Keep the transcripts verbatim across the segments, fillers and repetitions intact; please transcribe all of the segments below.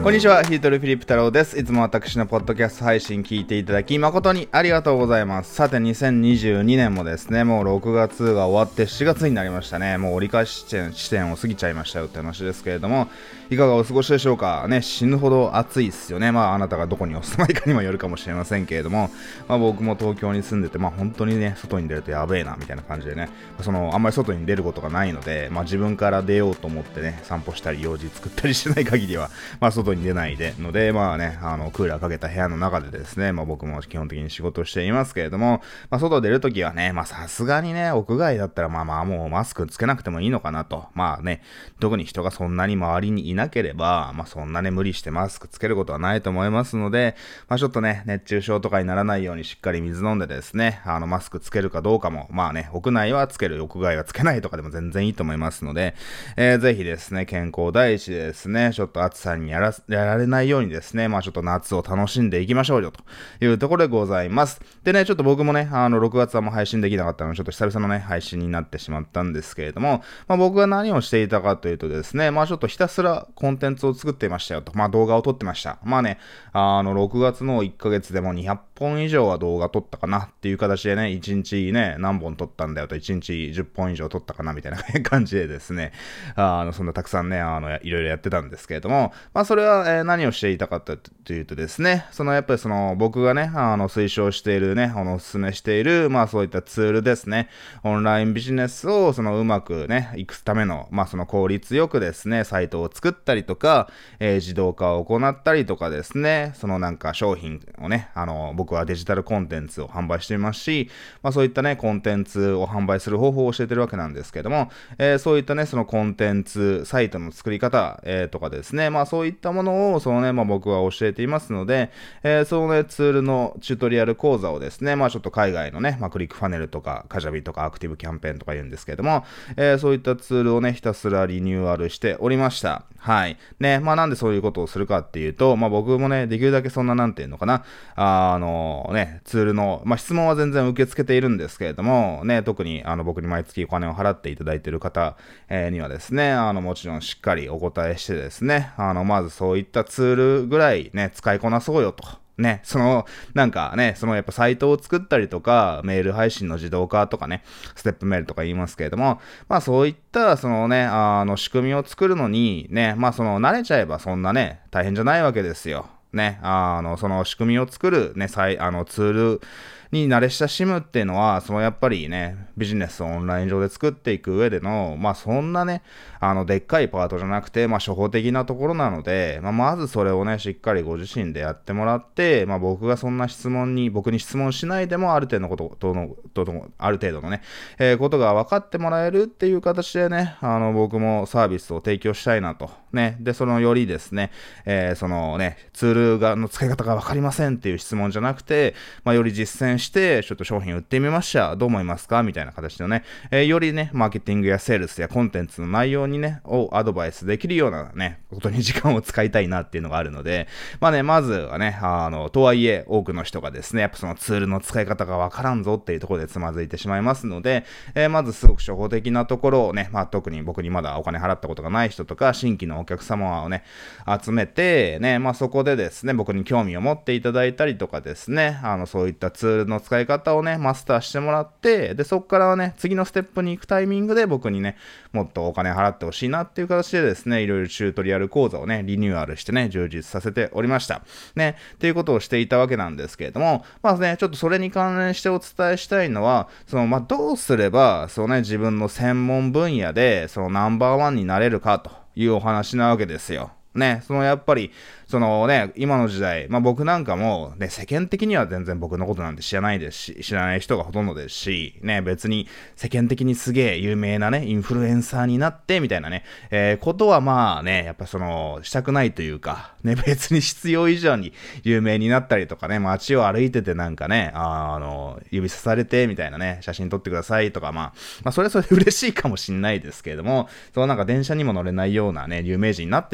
こんにちは、ヒートルフィリップ太郎です。いつも私のポッドキャスト配信聞いていただき誠にありがとうございます。さて、にせんにじゅうにねんもですね、もうろくがつが終わってしちがつになりましたね。もう折り返し地点、地点を過ぎちゃいましたよって話ですけれども、いかがお過ごしでしょうかね。死ぬほど暑いですよね。まあ、あなたがどこにお住まいかにもよるかもしれませんけれども、まあ僕も東京に住んでて、まあ本当にね、外に出るとやべえな、みたいな感じでね、その、あんまり外に出ることがないので、まあ自分から出ようと思ってね、散歩したり用事作ったりしてない限りは、まあ外に出ないで、ので、まあね、あの、クーラーかけた部屋の中でですね、まあ僕も基本的に仕事をしていますけれども、まあ外出るときはね、まあさすがにね、屋外だったらまあまあもうマスクつけなくてもいいのかなと。まあね、特に人がそんなに周りにいなければ、まあそんなね、無理してマスクつけることはないと思いますので、まあちょっとね、熱中症とかにならないようにしっかり水飲んでですね、あの、マスクつけるかどうかも、まあね、屋内はつける、屋外はつけないとかでも全然いいと思いますので、えー、ぜひですね、健康第一でですね、ちょっと暑さにやら、やられないようにですね、まあちょっと夏を楽しんでいきましょうよというところでございます。でね、ちょっと僕もね、あのろくがつはもう配信できなかったので、ちょっと久々のね、配信になってしまったんですけれども、まあ僕が何をしていたかというとですね、まあちょっとひたすらコンテンツを作っていましたよと、まあ動画を撮ってました。まあね、あのろくがつのいっかげつでもにひゃっぽん以上は動画撮ったかなっていう形でね、いちにちね、何本撮ったんだよと、いちにちじゅっぽん以上撮ったかなみたいな感じでですね、あのそんなたくさんね、あのいろいろやってたんですけれども、まあそれは、えー、何をしていたかというとですね、そのやっぱりその僕がね、あの推奨しているね、あのおすすめしている、まあそういったツールですね、オンラインビジネスをそのうまくね、いくための、まあその効率よくですね、サイトを作ったりとか、えー、自動化を行ったりとかですね、そのなんか商品をね、あの僕はデジタルコンテンツを販売していますし、まあそういったね、コンテンツを販売する方法を教えてるわけなんですけども、えー、そういったね、そのコンテンツ、サイトの作り方、えー、とかですね、まあそういったものを、そのね、まあ僕は教えていますので、えー、そのね、ツールのチュートリアル講座をですね、まあちょっと海外のね、まあクリックファネルとか、カジャビとかアクティブキャンペーンとか言うんですけども、えー、そういったツールをね、ひたすらリニューアルしておりました。はい。ね、まあなんでそういうことをするかっていうと、まあ僕もね、できるだけそんななんていうのかな、あ、あのね、ツールの、まあ質問は全然受け付けているんですけれども、ね、特にあの僕に毎月お金を払っていただいている方、えー、にはですね、あのもちろんしっかりお答えしてですね、あのまずそういったツールぐらいね、使いこなそうよと。ね、その、なんかね、そのやっぱサイトを作ったりとか、メール配信の自動化とかね、ステップメールとか言いますけれども、まあそういったそのね、あの仕組みを作るのにね、まあその慣れちゃえばそんなね、大変じゃないわけですよ。ね、あの、その仕組みを作るね、さいあのツールに慣れ親しむっていうのは、そのやっぱりね、ビジネスをオンライン上で作っていく上での、まあそんなね、あの、でっかいパートじゃなくて、まあ初歩的なところなので、まあまずそれをね、しっかりご自身でやってもらって、まあ僕がそんな質問に、僕に質問しないでもある程度のこと、との、との、ある程度のね、えー、ことが分かってもらえるっていう形でね、あの、僕もサービスを提供したいなと。ね。で、そのよりですね、えー、そのね、ツールが、の使い方が分かりませんっていう質問じゃなくて、まあより実践して、ちょっと商品売ってみました。どう思いますかみたいな形のね、えー、よりね、マーケティングやセールスやコンテンツの内容にね、をアドバイスできるようなね、ことに時間を使いたいなっていうのがあるので、まあね、まずはね、あの、とはいえ、多くの人がですね、やっぱそのツールの使い方がわからんぞっていうところでつまずいてしまいますので、えー、まずすごく初歩的なところをね、まあ特に僕にまだお金払ったことがない人とか、新規のお客様をね、集めて、ね、まあそこでですね、僕に興味を持っていただいたりとかですね、あの、そういったツールの使い方をね、マスターしてもらって、で、そこからはね、次のステップに行くタイミングで僕にね、もっとお金払ってほしいなっていう形でですね、いろいろチュートリアル講座をね、リニューアルしてね、充実させておりました。ね、っていうことをしていたわけなんですけれども、まあね、ちょっとそれに関連してお伝えしたいのは、その、まあ、どうすれば、そのね、自分の専門分野で、そのナンバーワンになれるかというお話なわけですよ。ね、そのやっぱり、そのね、今の時代、まあ僕なんかも、ね、世間的には全然僕のことなんて知らないですし、知らない人がほとんどですし、ね、別に世間的にすげえ有名なね、インフルエンサーになって、みたいなね、えー、ことはまあね、やっぱその、したくないというか、ね、別に必要以上に有名になったりとかね、街を歩いててなんかね、あ, あの、指さされて、みたいなね、写真撮ってくださいとか、まあ、まあそれはそれで嬉しいかもしんないですけれども、そのなんか電車にも乗れないようなね、有名人になってし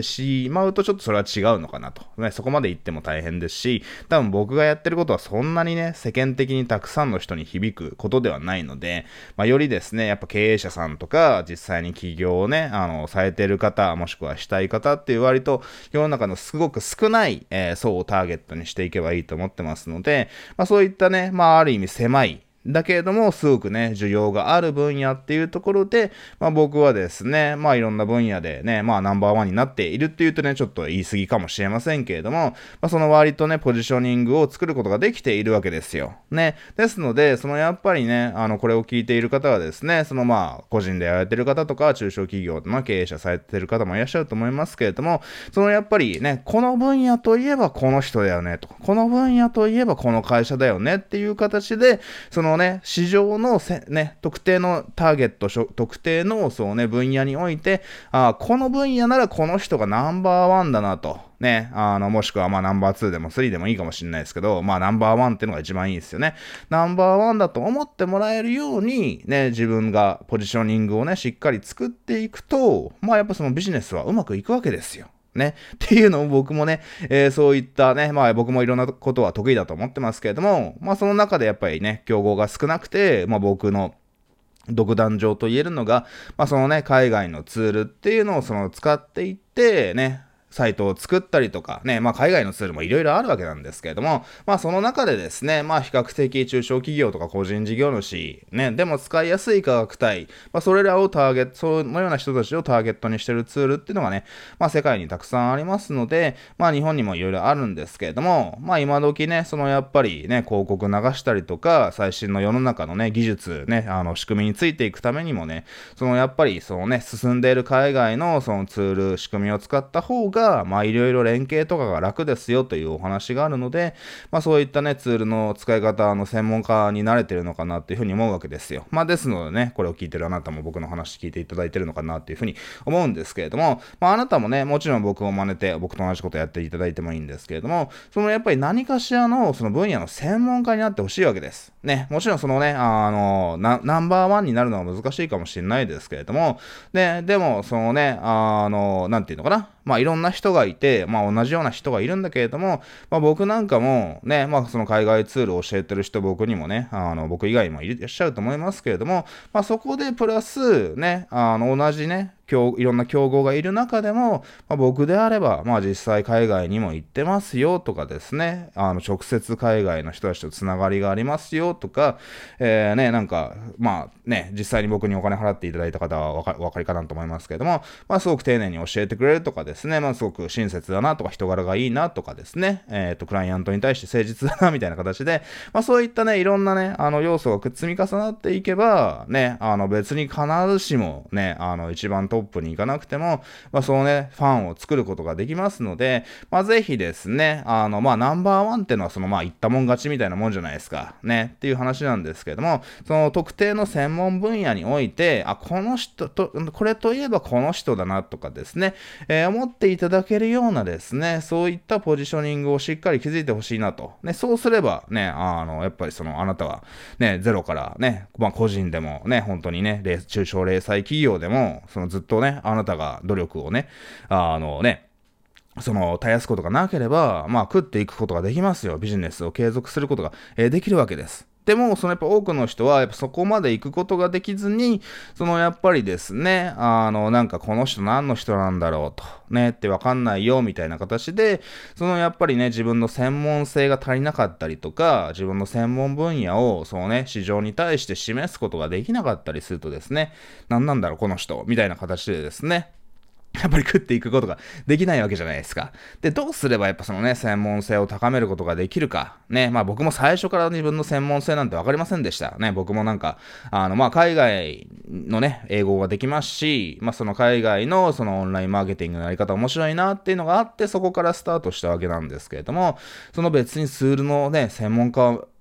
まうとちょっとそれは違うのかなと。ね、そこまで言っても大変ですし、多分僕がやってることはそんなにね、世間的にたくさんの人に響くことではないので、まあ、よりですね、やっぱ経営者さんとか、実際に起業をね、あの、されてる方、もしくはしたい方っていう割と世の中のすごく少ない、えー、層をターゲットにしていけばいいと思ってますので、まあ、そういったね、まあ、ある意味狭い、だけれども、すごくね、需要がある分野っていうところで、まあ僕はですね、まあいろんな分野でね、まあナンバーワンになっているっていうとね、ちょっと言い過ぎかもしれませんけれども、まあその割とね、ポジショニングを作ることができているわけですよ。ね。ですので、そのやっぱりね、あの、これを聞いている方はですね、そのまあ、個人でやられてる方とか、中小企業の経営者されてる方もいらっしゃると思いますけれども、そのやっぱりね、この分野といえばこの人だよね、と。この分野といえばこの会社だよねっていう形で、そのね、市場のせ、ね、特定のターゲット、特定のそうね、分野において、あこの分野ならこの人がナンバーワンだなと。ね、あの、もしくはまあナンバーツーでもスリーでもいいかもしれないですけど、まあナンバーワンっていうのが一番いいですよね。ナンバーワンだと思ってもらえるように、ね、自分がポジショニングをね、しっかり作っていくと、まあやっぱそのビジネスはうまくいくわけですよ。ね。っていうのを僕もね、えー、そういったね、まあ僕もいろんなことは得意だと思ってますけれども、まあその中でやっぱりね、競合が少なくて、まあ僕の独壇場と言えるのが、まあそのね、海外のツールっていうのをその使っていってね、サイトを作ったりとか、ね、まあ海外のツールもいろいろあるわけなんですけれども、まあその中でですね、まあ比較的中小企業とか個人事業主、ね、でも使いやすい価格帯、まあそれらをターゲット、そのような人たちをターゲットにしているツールっていうのがね、まあ世界にたくさんありますので、まあ日本にもいろいろあるんですけれども、まあ今時ね、そのやっぱりね、広告流したりとか、最新の世の中のね、技術、ね、あの仕組みについていくためにもね、そのやっぱりそのね、進んでいる海外のそのツール、仕組みを使った方が、まあいろいろ連携とかが楽ですよというお話があるので、まあそういったねツールの使い方の専門家に慣れてるのかなっていうふうに思うわけですよ。まあですのでね、これを聞いてるあなたも僕の話聞いていただいてるのかなっていうふうに思うんですけれども、まああなたもね、もちろん僕を真似て僕と同じことやっていただいてもいいんですけれども、そのやっぱり何かしらのその分野の専門家になってほしいわけです。ね、もちろんそのね、あの、ナンバーワンになるのは難しいかもしれないですけれども、ね、でもそのね、あの、なんていうのかな、まあいろんな人がいて、まあ同じような人がいるんだけれども、まあ僕なんかもね、まあその海外ツールを教えてる人僕にもね、あの僕以外もいらっしゃると思いますけれども、まあそこでプラスね、あの同じね、いろんな競合がいる中でも、まあ、僕であれば、まあ実際海外にも行ってますよとかですね、あの直接海外の人たちとつながりがありますよとか、えー、ね、なんか、まあね、実際に僕にお金払っていただいた方はお分かりかなと思いますけれども、まあすごく丁寧に教えてくれるとかですね、まあすごく親切だなとか人柄がいいなとかですね、えっと、クライアントに対して誠実だなみたいな形で、まあそういったね、いろんなね、あの要素が積み重なっていけば、ね、あの別に必ずしもね、あの一番トップに行かなくても、まあそのね、ファンを作ることができますので、まあぜひですね、あの、まあナンバーワンっていうのはそのまあ言ったもん勝ちみたいなもんじゃないですか。ね、っていう話なんですけれども、その特定の専門分野において、あ、この人と、これといえばこの人だなとかですね、えー、思っていただけるようなですね、そういったポジショニングをしっかり築いてほしいなと。ね、そうすればね、あの、やっぱりそのあなたはね、ゼロからね、まあ個人でもね、本当にね、中小零細企業でも、そのずっとね、あなたが努力をね、あのね、その、絶やすことがなければ、まあ、食っていくことができますよ。ビジネスを継続することが、えー、できるわけです。でも、そのやっぱ多くの人は、やっぱそこまで行くことができずに、そのやっぱりですね、あの、なんかこの人何の人なんだろうと、ね、ってわかんないよ、みたいな形で、そのやっぱりね、自分の専門性が足りなかったりとか、自分の専門分野を、そのね、市場に対して示すことができなかったりするとですね、何なんだろう、この人、みたいな形でですね、やっぱり食っていくことができないわけじゃないですか。で、どうすればやっぱそのね、専門性を高めることができるか。ね、まあ僕も最初から自分の専門性なんてわかりませんでした。ね、僕もなんか、あの、まあ海外のね、英語ができますし、まあその海外のそのオンラインマーケティングのやり方面白いなっていうのがあって、そこからスタートしたわけなんですけれども、その別にツールのね、専門家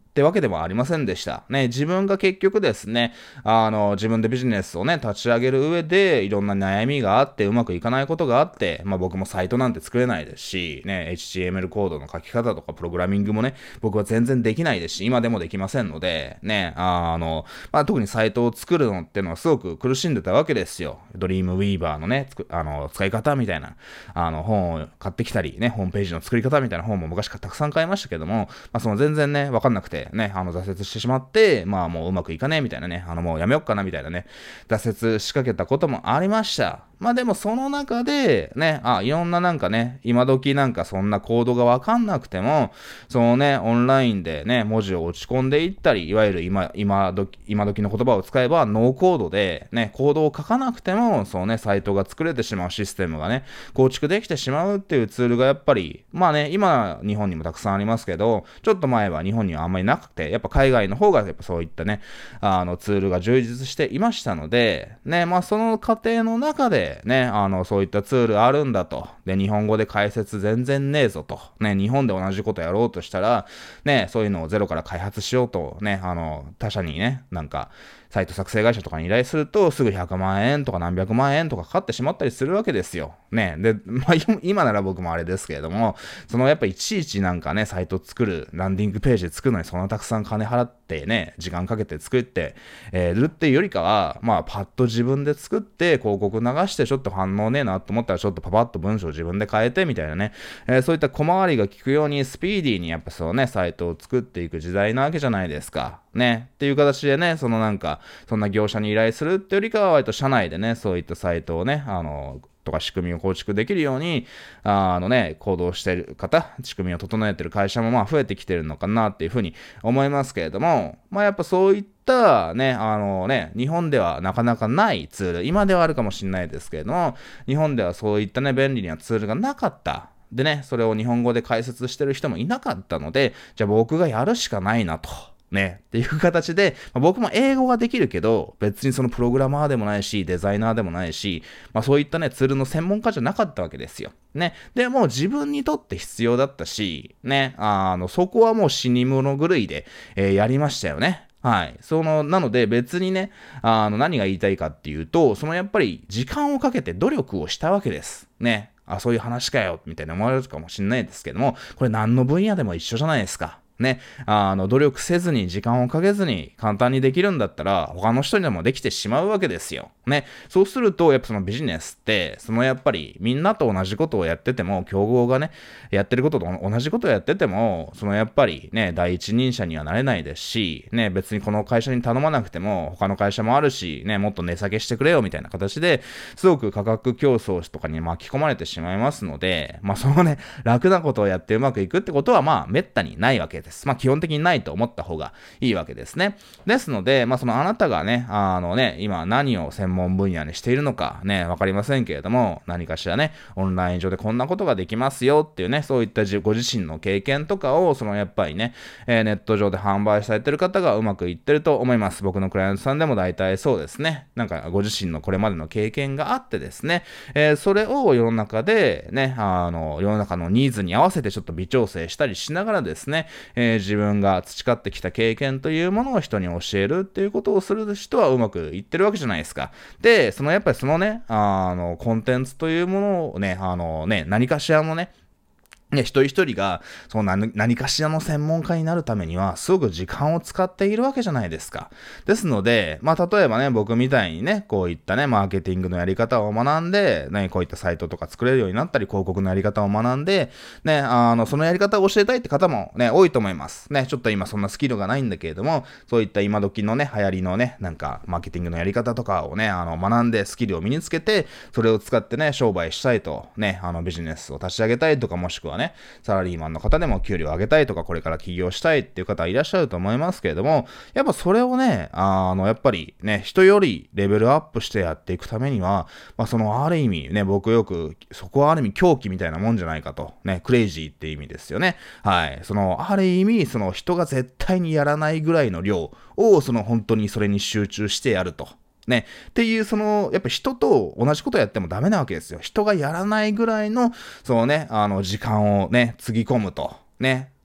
ってわけでもありませんでした。ね、自分が結局ですね、あの、自分でビジネスをね、立ち上げる上で、いろんな悩みがあって、うまくいかないことがあって、まあ僕もサイトなんて作れないですし、ね、エイチティーエムエル コードの書き方とか、プログラミングもね、僕は全然できないですし、今でもできませんので、ね、あの、まあ特にサイトを作るのっていうのはすごく苦しんでたわけですよ。ドリームウィーバーのね、つくあの、使い方みたいな、あの、本を買ってきたり、ね、ホームページの作り方みたいな本も昔からたくさん買いましたけども、まあその全然ね、わかんなくて、ね、あの、挫折してしまって、まあもううまくいかねえみたいなね、あの、もうやめよっかなみたいなね、挫折しかけたこともありました。まあでもその中で、ね、あ、いろんななんかね、今時なんかそんなコードがわかんなくても、そのね、オンラインでね、文字を打ち込んでいったり、いわゆる今、今時、今時の言葉を使えば、ノーコードで、ね、コードを書かなくても、そのね、サイトが作れてしまうシステムがね、構築できてしまうっていうツールがやっぱり、まあね、今、日本にもたくさんありますけど、ちょっと前は日本にはあんまりなくて、やっぱ海外の方がやっぱそういったね、あの、ツールが充実していましたので、ね、まあその過程の中で、ね、あの、そういったツールあるんだと。で、日本語で解説全然ねえぞと。ね、日本で同じことやろうとしたら、ね、そういうのをゼロから開発しようと、ね、あの、他社にね、なんか、サイト作成会社とかに依頼すると、すぐひゃくまんえんとか何百万円とかかかってしまったりするわけですよ。ね。で、まあ、今なら僕もあれですけれども、そのやっぱいちいちなんかね、サイト作る、ランディングページ作るのにそんなたくさん金払ってね、時間かけて作って、えー、るっていうよりかは、まあ、パッと自分で作って、広告流してちょっと反応ねえなと思ったら、ちょっとパパッと文章を自分で変えてみたいなね、えー、そういった小回りが効くようにスピーディーにやっぱそうね、サイトを作っていく時代なわけじゃないですか。ね。っていう形でね、そのなんか、そんな業者に依頼するってよりかは、割と社内でね、そういったサイトをね、あの、とか仕組みを構築できるように、あのね、行動している方、仕組みを整えている会社もまあ増えてきてるのかなっていうふうに思いますけれども、まあやっぱそういったね、あのね、日本ではなかなかないツール、今ではあるかもしれないですけれども、日本ではそういったね、便利なツールがなかった。でね、それを日本語で解説してる人もいなかったので、じゃあ僕がやるしかないなと。ね、っていう形で、まあ、僕も英語ができるけど、別にそのプログラマーでもないし、デザイナーでもないし、まあそういったね、ツールの専門家じゃなかったわけですよ。ね。で、もう自分にとって必要だったし、ね、あの、そこはもう死に物狂いで、えー、やりましたよね。はい。その、なので別にね、あの、何が言いたいかっていうと、そのやっぱり時間をかけて努力をしたわけです。ね。あ、そういう話かよ、みたいな思われるかもしれないですけども、これ何の分野でも一緒じゃないですか。ね、あの、努力せずに時間をかけずに簡単にできるんだったら、他の人にでもできてしまうわけですよ。ね。そうすると、やっぱそのビジネスって、そのやっぱりみんなと同じことをやってても、競合がね、やってることと同じことをやってても、そのやっぱりね、第一人者にはなれないですし、ね、別にこの会社に頼まなくても、他の会社もあるし、ね、もっと値下げしてくれよみたいな形で、すごく価格競争とかに巻き込まれてしまいますので、まあそのね、楽なことをやってうまくいくってことは、まあ、めったにないわけです。まあ基本的にないと思った方がいいわけですね。ですので、まあそのあなたがね、あのね、今何を専門分野にしているのかね、わかりませんけれども、何かしらね、オンライン上でこんなことができますよっていうね、そういったご自身の経験とかを、そのやっぱりね、えー、ネット上で販売されてる方がうまくいってると思います。僕のクライアントさんでも大体そうですね。なんかご自身のこれまでの経験があってですね、えー、それを世の中でね、あの、世の中のニーズに合わせてちょっと微調整したりしながらですね、えー、自分が培ってきた経験というものを人に教えるっていうことをする人はうまくいってるわけじゃないですか。で、そのやっぱりそのね、あの、コンテンツというものをね、あのね、何かしらのね、ね、一人一人が、その何、何かしらの専門家になるためには、すごく時間を使っているわけじゃないですか。ですので、まあ、例えばね、僕みたいにね、こういったね、マーケティングのやり方を学んで、ね、こういったサイトとか作れるようになったり、広告のやり方を学んで、ね、あの、そのやり方を教えたいって方もね、多いと思います。ね、ちょっと今そんなスキルがないんだけれども、そういった今時のね、流行りのね、なんか、マーケティングのやり方とかをね、あの、学んでスキルを身につけて、それを使ってね、商売したいと、ね、あの、ビジネスを立ち上げたいとか、もしくはね、サラリーマンの方でも給料を上げたいとか、これから起業したいっていう方いらっしゃると思いますけれども、やっぱそれをね、あの、やっぱりね、人よりレベルアップしてやっていくためには、まあそのある意味ね、僕よく、そこはある意味狂気みたいなもんじゃないかと、ね、クレイジーって意味ですよね。はい。その、ある意味、その人が絶対にやらないぐらいの量を、その本当にそれに集中してやると。ね。っていう、その、やっぱ人と同じことやってもダメなわけですよ。人がやらないぐらいの、そのね、あの、時間をね、つぎ込むと。ね。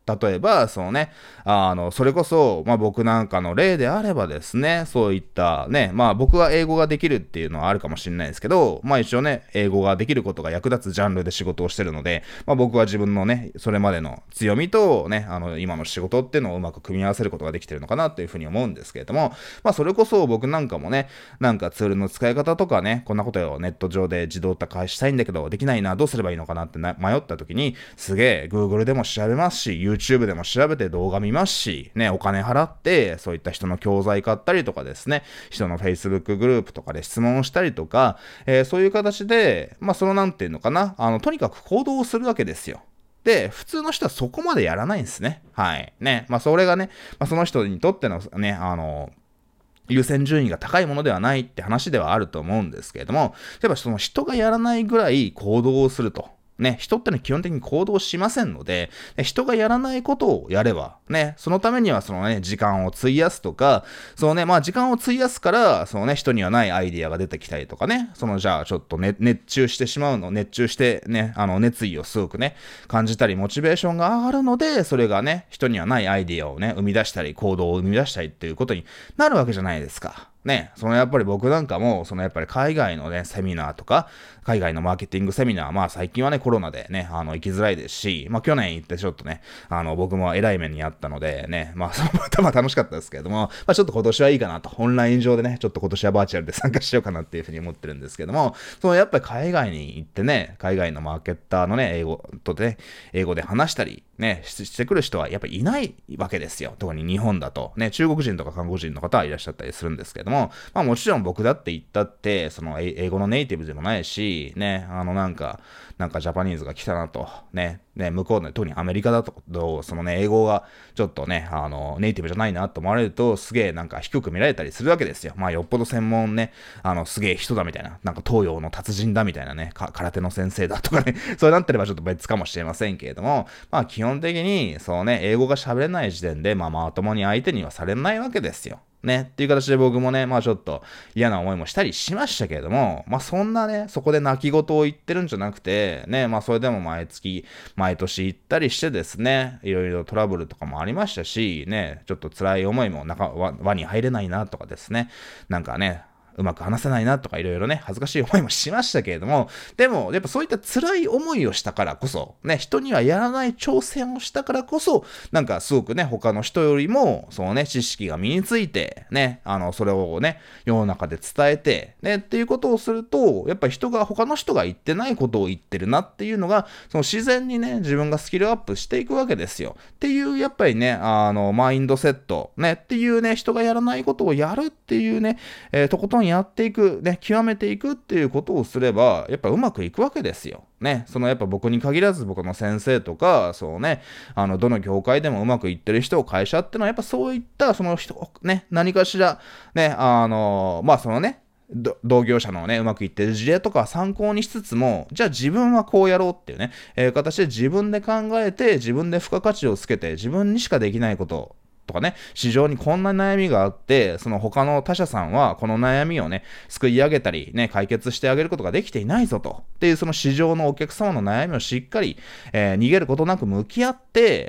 例えば、そのね、あの、それこそ、まあ僕なんかの例であればですね、そういったね、まあ僕は英語ができるっていうのはあるかもしれないですけど、まあ一応ね、英語ができることが役立つジャンルで仕事をしてるので、まあ僕は自分のね、それまでの強みとね、あの、今の仕事っていうのをうまく組み合わせることができてるのかなというふうに思うんですけれども、まあそれこそ僕なんかもね、なんかツールの使い方とかね、こんなことをネット上で自動化したいんだけど、できないな、どうすればいいのかなってな迷った時に、すげえ Google でも調べますし、YouTube でも調べて動画見ますし、ね、お金払って、そういった人の教材買ったりとかですね、人の Facebook グループとかで質問をしたりとか、えー、そういう形で、まあ、そのなんていうのかな、あの、とにかく行動をするわけですよ。で、普通の人はそこまでやらないんですね。はい。ね。まあ、それがね、まあ、その人にとってのね、あの、優先順位が高いものではないって話ではあると思うんですけれども、例えばその人がやらないぐらい行動をすると。ね、人ってのは基本的に行動しませんので、人がやらないことをやれば、ね、そのためにはそのね、時間を費やすとか、そのね、まあ時間を費やすから、そのね、人にはないアイディアが出てきたりとかね、そのじゃあちょっと、ね、熱中してしまうの、熱中してね、あの熱意をすごくね、感じたり、モチベーションが上がるので、それがね、人にはないアイディアをね、生み出したり、行動を生み出したりっていうことになるわけじゃないですか。ね、そのやっぱり僕なんかも、そのやっぱり海外のね、セミナーとか、海外のマーケティングセミナー、まあ最近はね、コロナでね、あの、行きづらいですし、まあ去年行ってちょっとね、あの、僕も偉い目にあったのでね、まあ、そのまあ楽しかったですけれども、まあちょっと今年はいいかなと、オンライン上でね、ちょっと今年はバーチャルで参加しようかなっていうふうに思ってるんですけども、そのやっぱり海外に行ってね、海外のマーケッターのね、英語とね、英語で話したり、ね、し、してくる人はやっぱりいないわけですよ。特に日本だと。ね、中国人とか韓国人の方はいらっしゃったりするんですけども、まあもちろん僕だって言ったって、その英語のネイティブでもないし、ね、あのなんか、なんかジャパニーズが来たなと、ね、ね、向こうの、特にアメリカだと、そのね、英語がちょっとね、あの、ネイティブじゃないなと思われると、すげえなんか低く見られたりするわけですよ。まあよっぽど専門ね、あの、すげえ人だみたいな、なんか東洋の達人だみたいなね、か空手の先生だとかね、そうなってればちょっと別かもしれませんけれども、まあ基本的に、そうね、英語が喋れない時点で、まあまともに相手にはされないわけですよ。ね、っていう形で僕もね、まあちょっと嫌な思いもしたりしましたけれども、まあそんなね、そこで泣き言を言ってるんじゃなくて、ね、まあそれでも毎月、毎年行ったりしてですね、いろいろトラブルとかもありましたし、ね、ちょっと辛い思いも中輪、輪に入れないなとかですね、なんかね、うまく話せないなとかいろいろね、恥ずかしい思いもしましたけれども、でも、やっぱそういった辛い思いをしたからこそ、ね、人にはやらない挑戦をしたからこそ、なんかすごくね、他の人よりも、そのね、知識が身について、ね、あの、それをね、世の中で伝えて、ね、っていうことをすると、やっぱり人が、他の人が言ってないことを言ってるなっていうのが、その自然にね、自分がスキルアップしていくわけですよ。っていう、やっぱりね、あの、マインドセット、ね、っていうね、人がやらないことをやるっていうね、えー、とことんやっていく、ね、極めていくっていうことをすれば、やっぱうまくいくわけですよ。ね、そのやっぱ僕に限らず僕の先生とか、そうね、あの、どの業界でもうまくいってる人を会社ってのはやっぱそういったその人、ね、何かしら、ね、あの、まあそのね、同業者のね、うまくいってる事例とか参考にしつつも、じゃあ自分はこうやろうっていうね、えー、形で自分で考えて、自分で付加価値をつけて、自分にしかできないこととかね、市場にこんな悩みがあって、その他の他社さんはこの悩みをね、救い上げたり、ね、解決してあげることができていないぞと。っていうその市場のお客様の悩みをしっかり、えー、逃げることなく向き合って、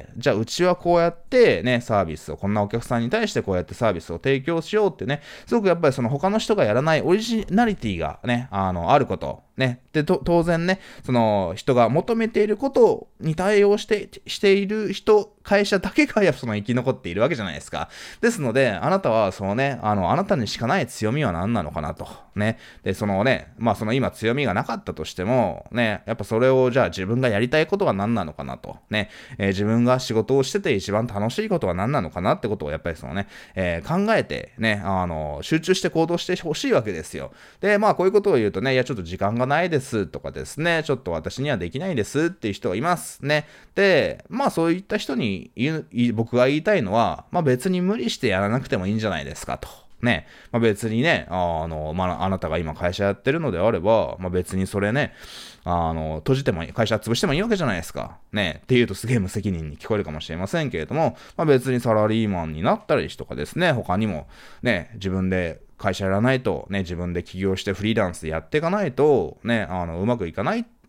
じゃあうちはこうやってね、サービスを、こんなお客さんに対してこうやってサービスを提供しようってね、すごくやっぱりその他の人がやらないオリジナリティがね、あの、あること。ね。で、と、当然ね、その人が求めていることに対応して、している人、会社だけがやっぱその生き残っているわけじゃないですか。ですので、あなたはそのね、あの、あなたにしかない強みは何なのかなと。ね。で、そのね、まあその今強みがなかったとしても、ね、やっぱそれをじゃあ自分がやりたいことは何なのかなと。ね。えー、自分が仕事をしてて一番楽しいことは何なのかなってことをやっぱりそのね、えー、考えてね、あの、集中して行動してほしいわけですよ。で、まあこういうことを言うとね、いやちょっと時間がないですとかですね、ちょっと私にはできないですっていう人がいますね。で、まあそういった人に言う、僕が言いたいのは、まあ別に無理してやらなくてもいいんじゃないですかと。ね。まあ別にね、あの、まああなたが今会社やってるのであれば、まあ別にそれね、あの、閉じてもいい、会社潰してもいいわけじゃないですか。ね。っていうとすげえ無責任に聞こえるかもしれませんけれども、まあ別にサラリーマンになったりとかですね、他にもね、自分で会社やらないとね、自分で起業してフリーランスでやっていかないとね、あの、うまくいかない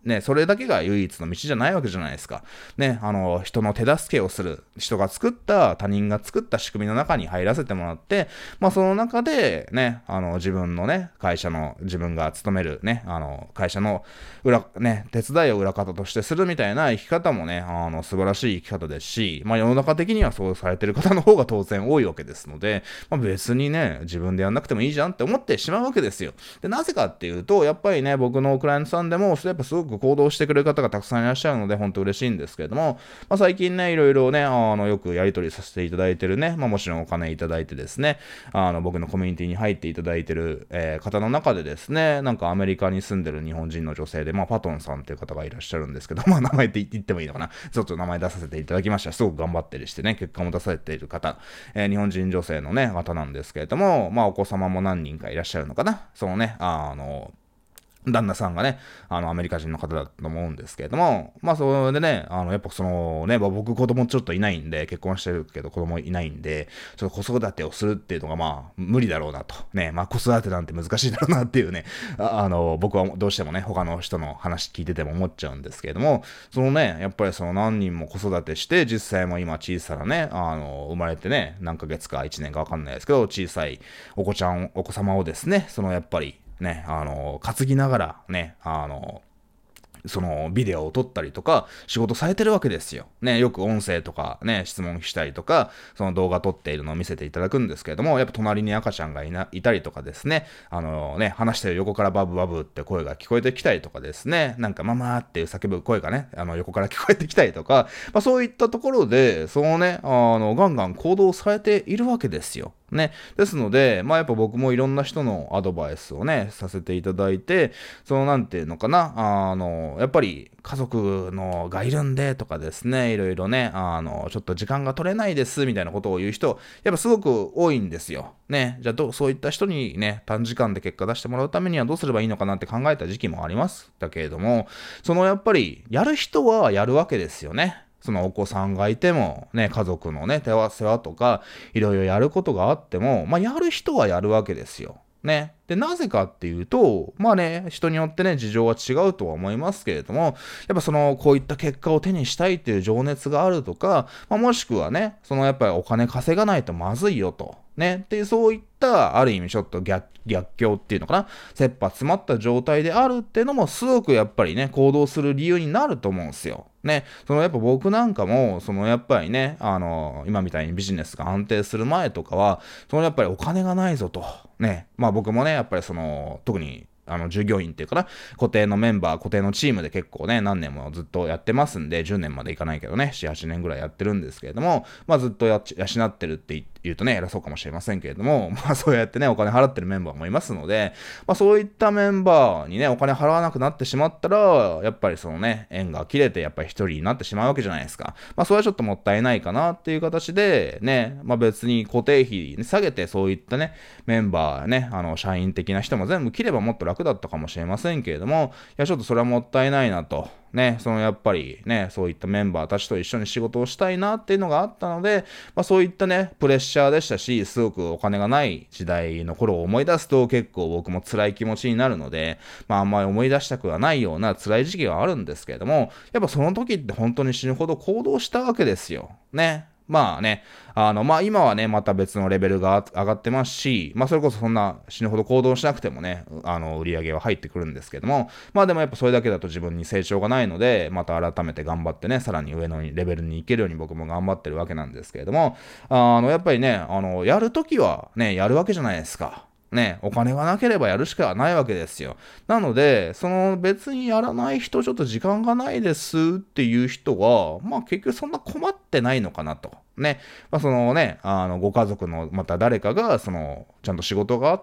ね、それだけが唯一の道じゃないわけじゃないですか。ね、あの、人の手助けをする、人が作った、他人が作った仕組みの中に入らせてもらって、まあその中で、ね、あの、自分のね、会社の、自分が勤めるね、あの、会社の裏、ね、手伝いを裏方としてするみたいな生き方もね、あの、素晴らしい生き方ですし、まあ世の中的にはそうされてる方の方が当然多いわけですので、まあ別にね、自分でやんなくてもいいじゃんって思ってしまうわけですよ。で、なぜかっていうと、やっぱりね、僕のクライアントさんでも、やっぱすごく行動してくれる方がたくさんいらっしゃるので、本当嬉しいんですけれども、まあ、最近ね、いろいろね、あの、よくやり取りさせていただいてるね、まあ、もちろんお金いただいてですね、あの、僕のコミュニティに入っていただいてる、えー、方の中でですね、なんかアメリカに住んでる日本人の女性で、まあ、パトンさんっていう方がいらっしゃるんですけど、まあ、名前って言ってもいいのかな。ちょっと名前出させていただきました。すごく頑張ってるしてね、結果も出されている方、えー、日本人女性のね、方なんですけれども、まあ、お子様も何人かいらっしゃるのかな。そのね、あの、旦那さんがね、あの、アメリカ人の方だと思うんですけれども、まあ、それでね、あの、やっぱそのね、まあ、僕子供ちょっといないんで、結婚してるけど子供いないんで、ちょっと子育てをするっていうのがまあ、無理だろうなと。ね、まあ、子育てなんて難しいだろうなっていうね、あ、あの、僕はどうしてもね、他の人の話聞いてても思っちゃうんですけれども、そのね、やっぱりその何人も子育てして、実際も今小さなね、あの、生まれてね、何ヶ月かいちねんかわかんないですけど、小さいお子ちゃん、お子様をですね、そのやっぱり、ね、あの、担ぎながら、ね、あの、そのビデオを撮ったりとか仕事されてるわけですよ。ね、よく音声とかね、質問したりとか、その動画撮っているのを見せていただくんですけれども、やっぱ隣に赤ちゃんがいな、いたりとかですね、あのね、話してる横からバブバブって声が聞こえてきたりとかですね、なんかママーっていう叫ぶ声がね、あの横から聞こえてきたりとか、まあそういったところで、そのね、あの、ガンガン行動されているわけですよ。ね。ですので、まあやっぱ僕もいろんな人のアドバイスをね、させていただいて、そのなんていうのかな、あの、やっぱり家族のがいるんでとかですね、いろいろね、あの、ちょっと時間が取れないですみたいなことを言う人、やっぱすごく多いんですよ。ね。じゃあどう、そういった人にね、短時間で結果出してもらうためにはどうすればいいのかなって考えた時期もあります。だけれども、そのやっぱり、やる人はやるわけですよね。そのお子さんがいても、ね、家族のね、手世話とか、いろいろやることがあっても、まあ、やる人はやるわけですよ。ね。で、なぜかっていうと、まあね、人によってね、事情は違うとは思いますけれども、やっぱその、こういった結果を手にしたいっていう情熱があるとか、まあ、もしくはね、そのやっぱりお金稼がないとまずいよと。ね。っていう、そういった、ある意味ちょっと逆、逆境っていうのかな。切羽詰まった状態であるっていうのも、すごくやっぱりね、行動する理由になると思うんですよ。ね。そのやっぱ僕なんかも、そのやっぱりね、あの、今みたいにビジネスが安定する前とかは、そのやっぱりお金がないぞと。ね。まあ僕もね、やっぱりその、特に、あの、従業員っていうかな、固定のメンバー、固定のチームで結構ね、何年もずっとやってますんで、じゅうねんまでいかないけどね、なな、はちねんぐらいやってるんですけれども、まあずっとや養ってるって言うとね、偉そうかもしれませんけれども、まあそうやってね、お金払ってるメンバーもいますので、まあそういったメンバーにね、お金払わなくなってしまったら、やっぱりそのね、縁が切れて、やっぱり一人になってしまうわけじゃないですか。まあそれはちょっともったいないかなっていう形で、ね、まあ別に固定費に下げて、そういったね、メンバーね、あの、社員的な人も全部切ればもっと楽だったかもしれませんけれども、いや、ちょっとそれはもったいないなと。ね、そのやっぱりね、そういったメンバーたちと一緒に仕事をしたいなっていうのがあったので、まあそういったね、プレッシャーでしたし、すごくお金がない時代の頃を思い出すと結構僕も辛い気持ちになるので、まああんまり思い出したくはないような辛い時期があるんですけれども、やっぱその時って本当に死ぬほど行動したわけですよ。ね。まあね、あの、まあ今はね、また別のレベルが上がってますし、まあそれこそそんな死ぬほど行動しなくてもね、あの、売り上げは入ってくるんですけども、まあでもやっぱそれだけだと自分に成長がないので、また改めて頑張ってね、さらに上のレベルに行けるように僕も頑張ってるわけなんですけれども、あの、やっぱりね、あの、やるときはね、やるわけじゃないですか。ね、お金がなければやるしかないわけですよ。なので、その別にやらない人、ちょっと時間がないですっていう人は、まあ結局そんな困ってないのかなと。ね。まあそのね、あの、ご家族のまた誰かが、その、ちゃんと仕事があって、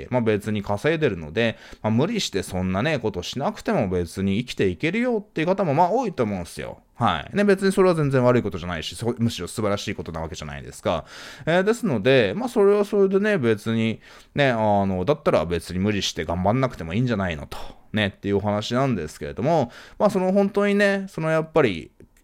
まあ別に稼いでるので、まあ無理してそんなね、ことしなくても別に生きていけるよっていう方もまあ多いと思うんですよ。はい。ね、別にそれは全然悪いことじゃないし、むしろ素晴らしいことなわけじゃないですか。えー、ですので、まあそれはそれでね、別に、ね、あの、だったら別に無理して頑張んなくてもいいんじゃないのと。ね、っていうお話なんですけれども、まあその本当にね、そのやっぱり、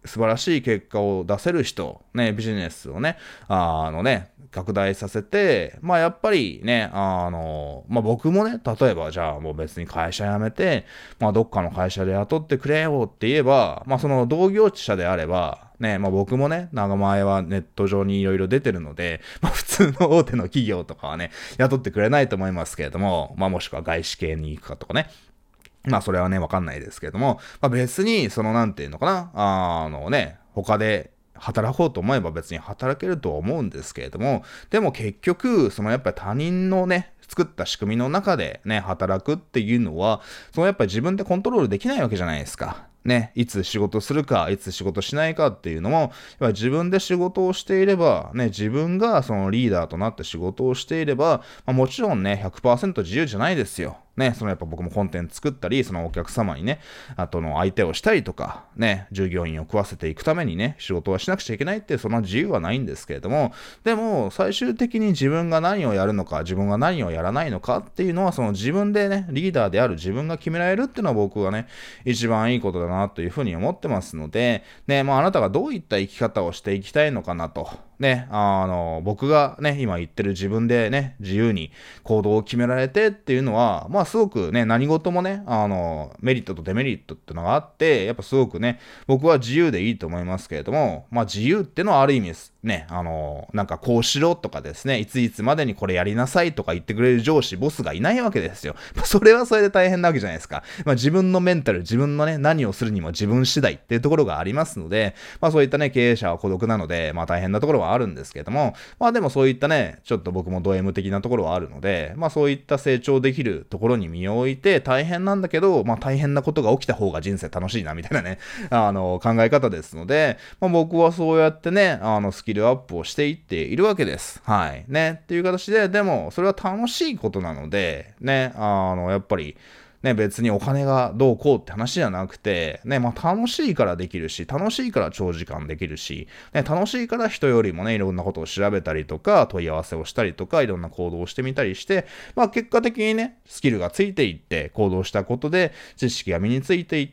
素晴らしい結果を出せる人、ね、ビジネスをね、あのね、拡大させて、まあやっぱりね、あの、まあ僕もね、例えばじゃあもう別に会社辞めて、まあどっかの会社で雇ってくれよって言えば、まあその同業者であれば、ね、まあ僕もね、名前はネット上にいろいろ出てるので、まあ普通の大手の企業とかはね、雇ってくれないと思いますけれども、まあもしくは外資系に行くかとかね、まあそれはね、わかんないですけれども、まあ別に、そのなんていうのかな、あのね、他で働こうと思えば別に働けるとは思うんですけれども、でも結局、そのやっぱり他人のね、作った仕組みの中でね、働くっていうのは、そのやっぱり自分でコントロールできないわけじゃないですか。ね、いつ仕事するか、いつ仕事しないかっていうのも、やっぱり自分で仕事をしていれば、ね、自分がそのリーダーとなって仕事をしていれば、まあ、もちろんね、ひゃくパーセント自由じゃないですよ。ね、そのやっぱ僕もコンテンツ作ったり、そのお客様にね、あとの相手をしたりとか、ね、従業員を食わせていくためにね、仕事はしなくちゃいけないって、その自由はないんですけれども、でも、最終的に自分が何をやるのか、自分が何をやらないのかっていうのは、その自分でね、リーダーである自分が決められるっていうのは僕はね、一番いいことだなというふうに思ってますので、ね、まああなたがどういった生き方をしていきたいのかなと。ね、あの、僕がね、今言ってる自分でね、自由に行動を決められてっていうのは、まあすごくね、何事もね、あの、メリットとデメリットってのがあって、やっぱすごくね、僕は自由でいいと思いますけれども、まあ自由ってのはある意味です。ね、あの、なんかこうしろとかですね、いついつまでにこれやりなさいとか言ってくれる上司、ボスがいないわけですよ。それはそれで大変なわけじゃないですか。まあ自分のメンタル、自分のね、何をするにも自分次第っていうところがありますので、まあそういったね、経営者は孤独なので、まあ大変なところはあるんですけれども、まあでもそういったね、ちょっと僕もド M 的なところはあるので、まあそういった成長できるところに身を置いて大変なんだけど、まあ大変なことが起きた方が人生楽しいなみたいなね、あの考え方ですので、まあ僕はそうやってね、あのスキルアップをしていっているわけです。はい。ね。っていう形で、でもそれは楽しいことなので、ね、あのやっぱり、ね、別にお金がどうこうって話じゃなくて、ね、まあ楽しいからできるし、楽しいから長時間できるし、ね、楽しいから人よりもね、いろんなことを調べたりとか、問い合わせをしたりとか、いろんな行動をしてみたりして、まあ結果的にね、スキルがついていって、行動したことで、知識が身についていって、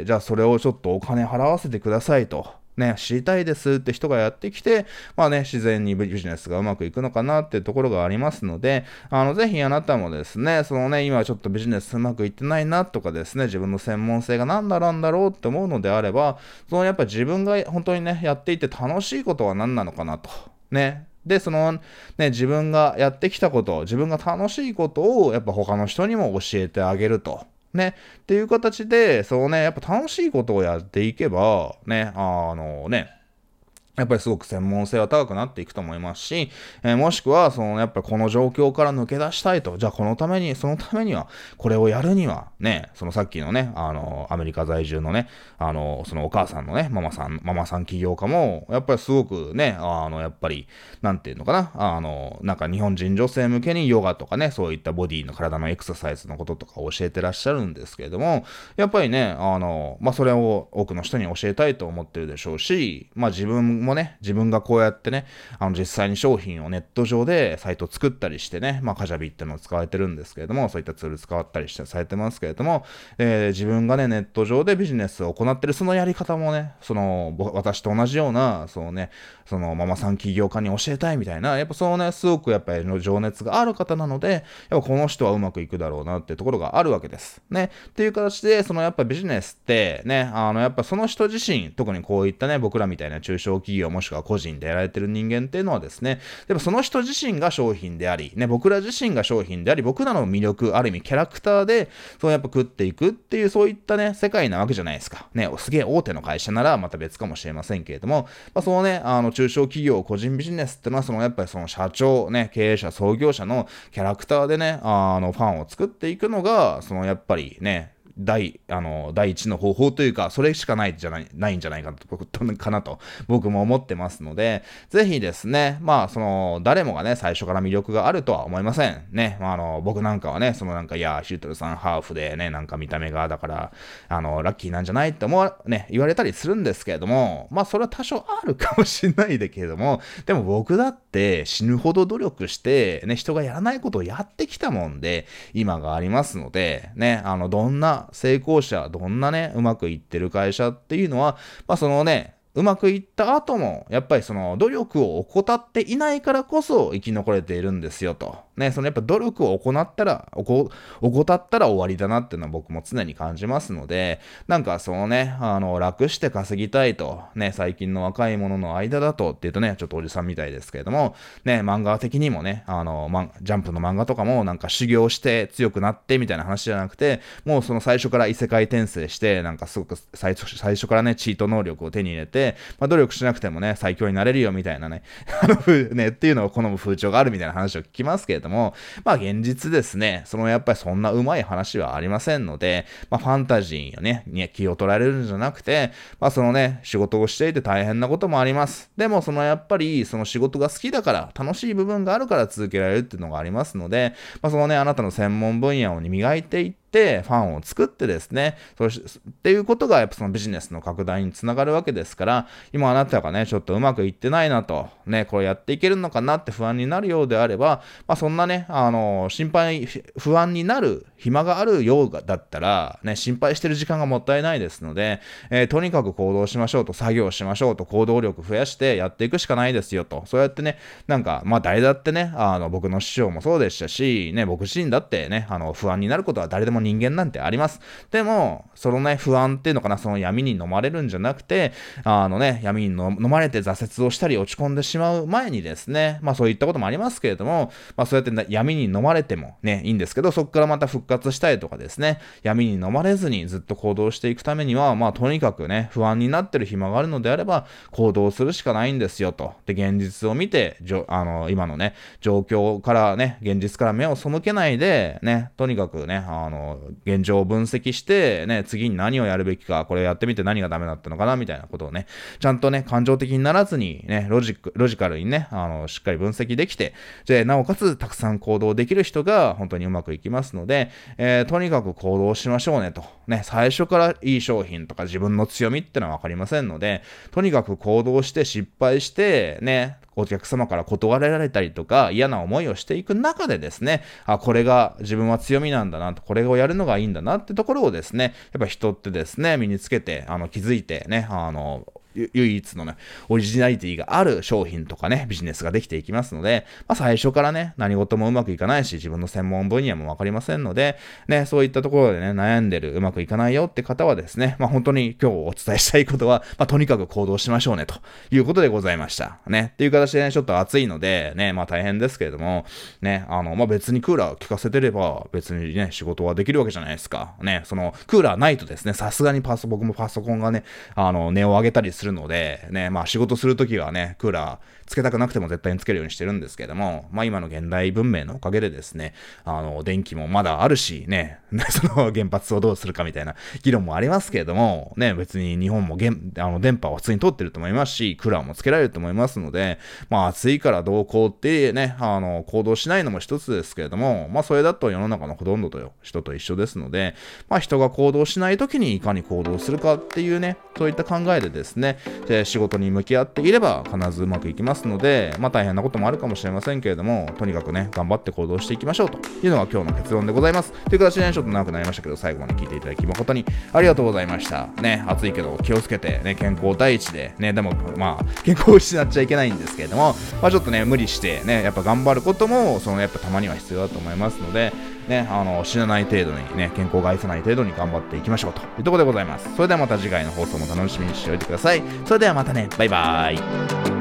じゃあそれをちょっとお金払わせてくださいと。ね、知りたいですって人がやってきて、まあね、自然にビジネスがうまくいくのかなっていうところがありますので、あの、ぜひあなたもですね、そのね、今ちょっとビジネスうまくいってないなとかですね、自分の専門性が何だなんだろうって思うのであれば、そのやっぱ自分が本当にね、やっていて楽しいことは何なのかなと。ね。で、そのね、自分がやってきたこと、自分が楽しいことをやっぱ他の人にも教えてあげると。ね。っていう形で、そうね、やっぱ楽しいことをやっていけば、ね、あのね、やっぱりすごく専門性は高くなっていくと思いますし、えー、もしくは、その、やっぱりこの状況から抜け出したいと。じゃあ、このために、そのためには、これをやるには、ね、そのさっきのね、あの、アメリカ在住のね、あの、そのお母さんのね、ママさん、ママさん起業家も、やっぱりすごくね、あの、やっぱり、なんていうのかな、あの、なんか日本人女性向けにヨガとかね、そういったボディの体のエクササイズのこととかを教えてらっしゃるんですけれども、やっぱりね、あの、まあ、それを多くの人に教えたいと思ってるでしょうし、まあ、自分ももね、自分がこうやってね、あの実際に商品をネット上でサイト作ったりしてね、まあカジャビっていうのを使われてるんですけれども、そういったツール使ったりしてされてますけれども、えー、自分がね、ネット上でビジネスを行ってるそのやり方もね、その、私と同じような、そのね、そのママさん起業家に教えたいみたいな、やっぱそのね、すごくやっぱりの情熱がある方なので、やっぱこの人はうまくいくだろうなっていうところがあるわけです。ね。っていう形で、そのやっぱビジネスってね、あのやっぱその人自身、特にこういったね、僕らみたいな中小企業もしくは個人でやられてる人間っていうのはですね、やっぱその人自身が商品であり、ね、僕ら自身が商品であり、僕らの魅力、ある意味キャラクターで、そうやっぱ食っていくっていう、そういったね、世界なわけじゃないですか。ね、すげえ大手の会社ならまた別かもしれませんけれども、まあ、そのね、あの、中小企業、個人ビジネスっていうのは、そのやっぱりその社長、ね、経営者、創業者のキャラクターでね、あの、ファンを作っていくのが、そのやっぱりね、第、あの、第一の方法というか、それしかないじゃない、ないんじゃないかと、かなと、僕も思ってますので、ぜひですね、まあ、その、誰もがね、最初から魅力があるとは思いません。ね、まあ、あの、僕なんかはね、そのなんか、いや、ヒュートルさんハーフでね、なんか見た目が、だから、あの、ラッキーなんじゃないって思わ、ね、言われたりするんですけれども、まあ、それは多少あるかもしれないですけれども、でも僕だって死ぬほど努力して、ね、人がやらないことをやってきたもんで、今がありますので、ね、あの、どんな成功者、どんなね、うまくいってる会社っていうのは、まあそのね、 うまくいった後も、やっぱりその努力を怠っていないからこそ生き残れているんですよと。ね、そのやっぱ努力を行ったら、おこ、怠ったら終わりだなっていうのは僕も常に感じますので、なんかそのね、あの、楽して稼ぎたいと、ね、最近の若い者の間だとって言うとね、ちょっとおじさんみたいですけれども、ね、漫画的にもね、あの、ま、ジャンプの漫画とかもなんか修行して強くなってみたいな話じゃなくて、もうその最初から異世界転生して、なんかすごく最初、最初からね、チート能力を手に入れて、まあ、努力しなくてもね、最強になれるよみたいなね、あの風ね、っていうのを好む風潮があるみたいな話を聞きますけれども、まあ現実ですね、そのやっぱりそんなうまい話はありませんので、まあファンタジーをね、に気を取られるんじゃなくて、まあそのね、仕事をしていて大変なこともあります。でもそのやっぱりその仕事が好きだから、楽しい部分があるから続けられるっていうのがありますので、まあそのね、あなたの専門分野を磨いていって、ファンを作ってですね、そしっていうことがやっぱそのビジネスの拡大につながるわけですから、今あなたがね、ちょっとうまくいってないなと、ね、これやっていけるのかなって不安になるようであれば、まあそんなね、あの、心配、不安になる暇があるようだったら、ね、心配してる時間がもったいないですので、えー、とにかく行動しましょうと、作業しましょうと、行動力増やしてやっていくしかないですよと、そうやってね、なんか、まあ誰だってね、あの、僕の師匠もそうでしたし、ね、僕自身だってね、あの、不安になることは誰でも人間なんてあります。でも、そのね、不安っていうのかな、その闇に飲まれるんじゃなくて、あのね、闇に飲まれて挫折をしたり落ち込んでしまう前にですね、まあそういったこともありますけれども、まあそうやって闇に飲まれてもね、いいんですけど、そこからまた復活したいとかですね、闇に飲まれずにずっと行動していくためには、まあとにかくね、不安になってる暇があるのであれば、行動するしかないんですよと。で、現実を見て、じょあの、今のね、状況からね、現実から目を背けないで、ね、とにかくね、あの、現状を分析して、ね、次に何をやるべきか、これやってみて何がダメだったのかな、みたいなことをね、ちゃんとね、感情的にならずに、ね、ロジック、ロジカルにね、あの、しっかり分析できて、で、なおかつ、たくさん行動できる人が、本当にうまくいきますので、えー、とにかく行動しましょうねと。ね、最初からいい商品とか自分の強みってのはわかりませんので、とにかく行動して失敗して、ね、お客様から断られたりとか嫌な思いをしていく中でですね、あ、これが自分は強みなんだなと、これをやるのがいいんだなってところをですね、やっぱ人ってですね、身につけて、あの、気づいてね、あの、唯一のね、オリジナリティがある商品とかね、ビジネスができていきますので、まあ最初からね、何事もうまくいかないし、自分の専門分野もわかりませんので、ね、そういったところでね、悩んでる、うまくいかないよって方はですね、まあ本当に今日お伝えしたいことは、まあとにかく行動しましょうね、ということでございました。ね、っていう形でね、ちょっと暑いので、ね、まあ大変ですけれども、ね、あの、まあ別にクーラー効かせてれば、別にね、仕事はできるわけじゃないですか。ね、その、クーラーないとですね、さすがにパソ、僕もパソコンがね、あの、値を上げたりするので、ね、まあ仕事するときはね、クーラーつけたくなくても絶対につけるようにしてるんですけども、まあ今の現代文明のおかげでですね、あの、電気もまだあるし、ね、その原発をどうするかみたいな議論もありますけれども、ね、別に日本も原あの電波は普通に通ってると思いますし、クーラーもつけられると思いますので、まあ暑いからどうこうってね、あの、行動しないのも一つですけれども、まあそれだと世の中のほとんどと人と一緒ですので、まあ人が行動しないときにいかに行動するかっていうね、そういった考えでですね、仕事に向き合っていれば必ずうまくいきますので、まあ大変なこともあるかもしれませんけれども、とにかくね、頑張って行動していきましょうというのが今日の結論でございます。という形でね、ちょっと長くなりましたけど、最後まで聞いていただき誠にありがとうございました。ね、暑いけど気をつけて、ね、健康第一で、ね、でもまあ、健康を失っちゃいけないんですけれども、まあちょっとね、無理してね、やっぱ頑張ることも、そのやっぱたまには必要だと思いますので、ね、あの、死なない程度にね、健康を害さない程度に頑張っていきましょうというところでございます。それではまた次回の放送も楽しみにしておいてください。それではまたね、バイバーイ。